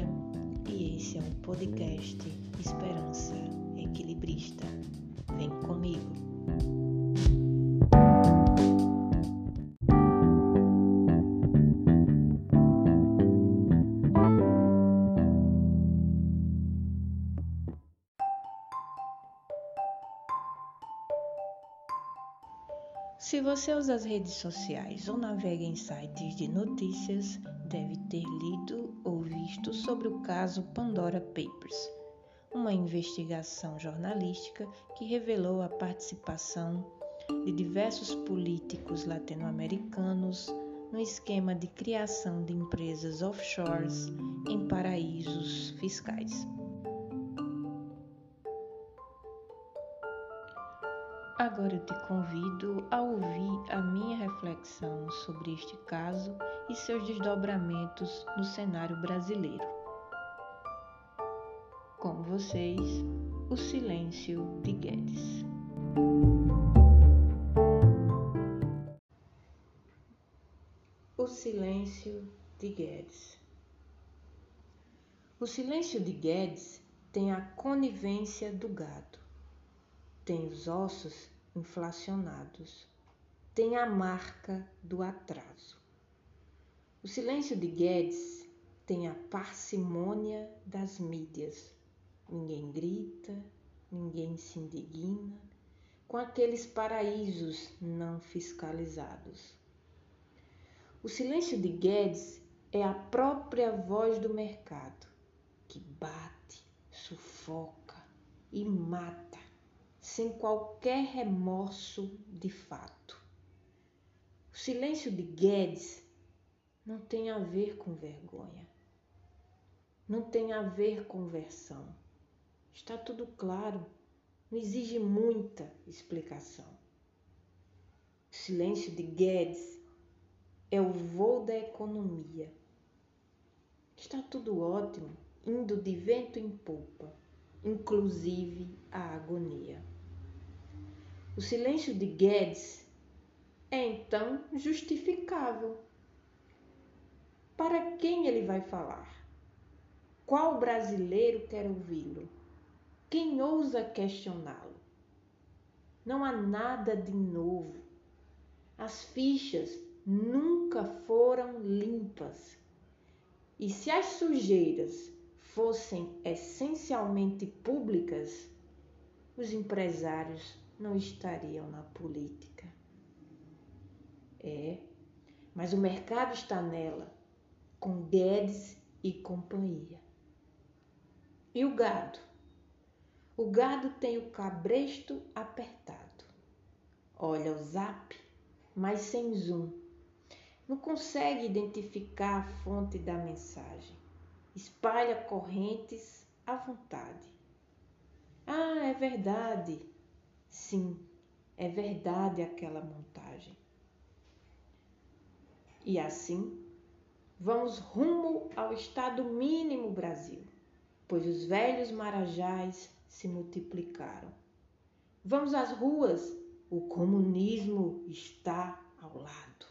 Lira e esse é um podcast Esperança Equilibrista. Vem comigo! Se você usa as redes sociais ou navega em sites de notícias, deve ter lido ou visto sobre o caso Pandora Papers, uma investigação jornalística que revelou a participação de diversos políticos latino-americanos no esquema de criação de empresas offshores em paraísos fiscais. Agora eu te convido a ouvir a minha reflexão sobre este caso e seus desdobramentos no cenário brasileiro. Com vocês, o Silêncio de Guedes. O Silêncio de Guedes. O Silêncio de Guedes tem a conivência do gado. Tem os ossos inflacionados, tem a marca do atraso. O silêncio de Guedes tem a parcimônia das mídias. Ninguém grita, ninguém se indigna com aqueles paraísos não fiscalizados. O silêncio de Guedes é a própria voz do mercado, que bate, sufoca e mata sem qualquer remorso de fato. O silêncio de Guedes não tem a ver com vergonha, não tem a ver com versão. Está tudo claro, não exige muita explicação. O silêncio de Guedes é o voo da economia. Está tudo ótimo, indo de vento em popa, inclusive a agonia. O silêncio de Guedes é então justificável. Para quem ele vai falar? Qual brasileiro quer ouvi-lo? Quem ousa questioná-lo? Não há nada de novo. As fichas nunca foram limpas. E se as sujeiras fossem essencialmente públicas, os empresários não estariam na política. Mas o mercado está nela, com Guedes e companhia. E o gado? O gado tem o cabresto apertado. Olha o zap, mas sem zoom. Não consegue identificar a fonte da mensagem. Espalha correntes à vontade. Ah, é verdade. Sim, é verdade aquela montagem. E assim, vamos rumo ao estado mínimo Brasil, pois os velhos marajás se multiplicaram. Vamos às ruas, o comunismo está ao lado.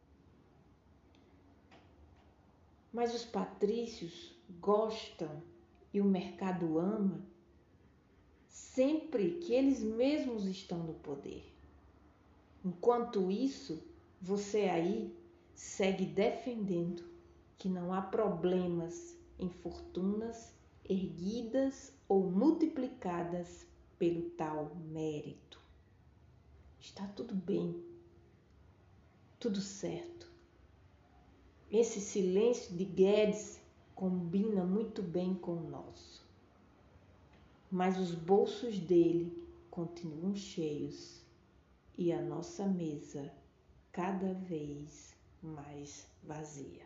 Mas os patrícios gostam e o mercado ama sempre que eles mesmos estão no poder. Enquanto isso, você aí segue defendendo que não há problemas em fortunas erguidas ou multiplicadas pelo tal mérito. Está tudo bem, tudo certo. Esse silêncio de Guedes combina muito bem com o nosso. Mas os bolsos dele continuam cheios e a nossa mesa cada vez mais vazia.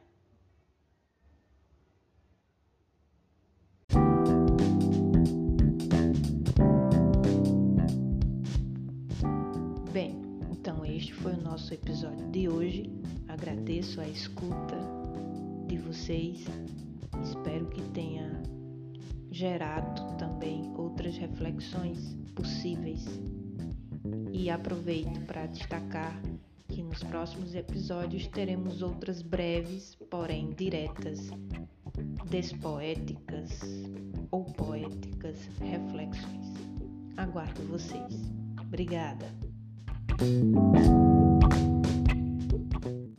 Bem, então este foi o nosso episódio de hoje. Agradeço a escuta de vocês. Espero que tenha gerado também outras reflexões possíveis. E aproveito para destacar que nos próximos episódios teremos outras breves, porém diretas, despoéticas ou poéticas reflexões. Aguardo vocês. Obrigada.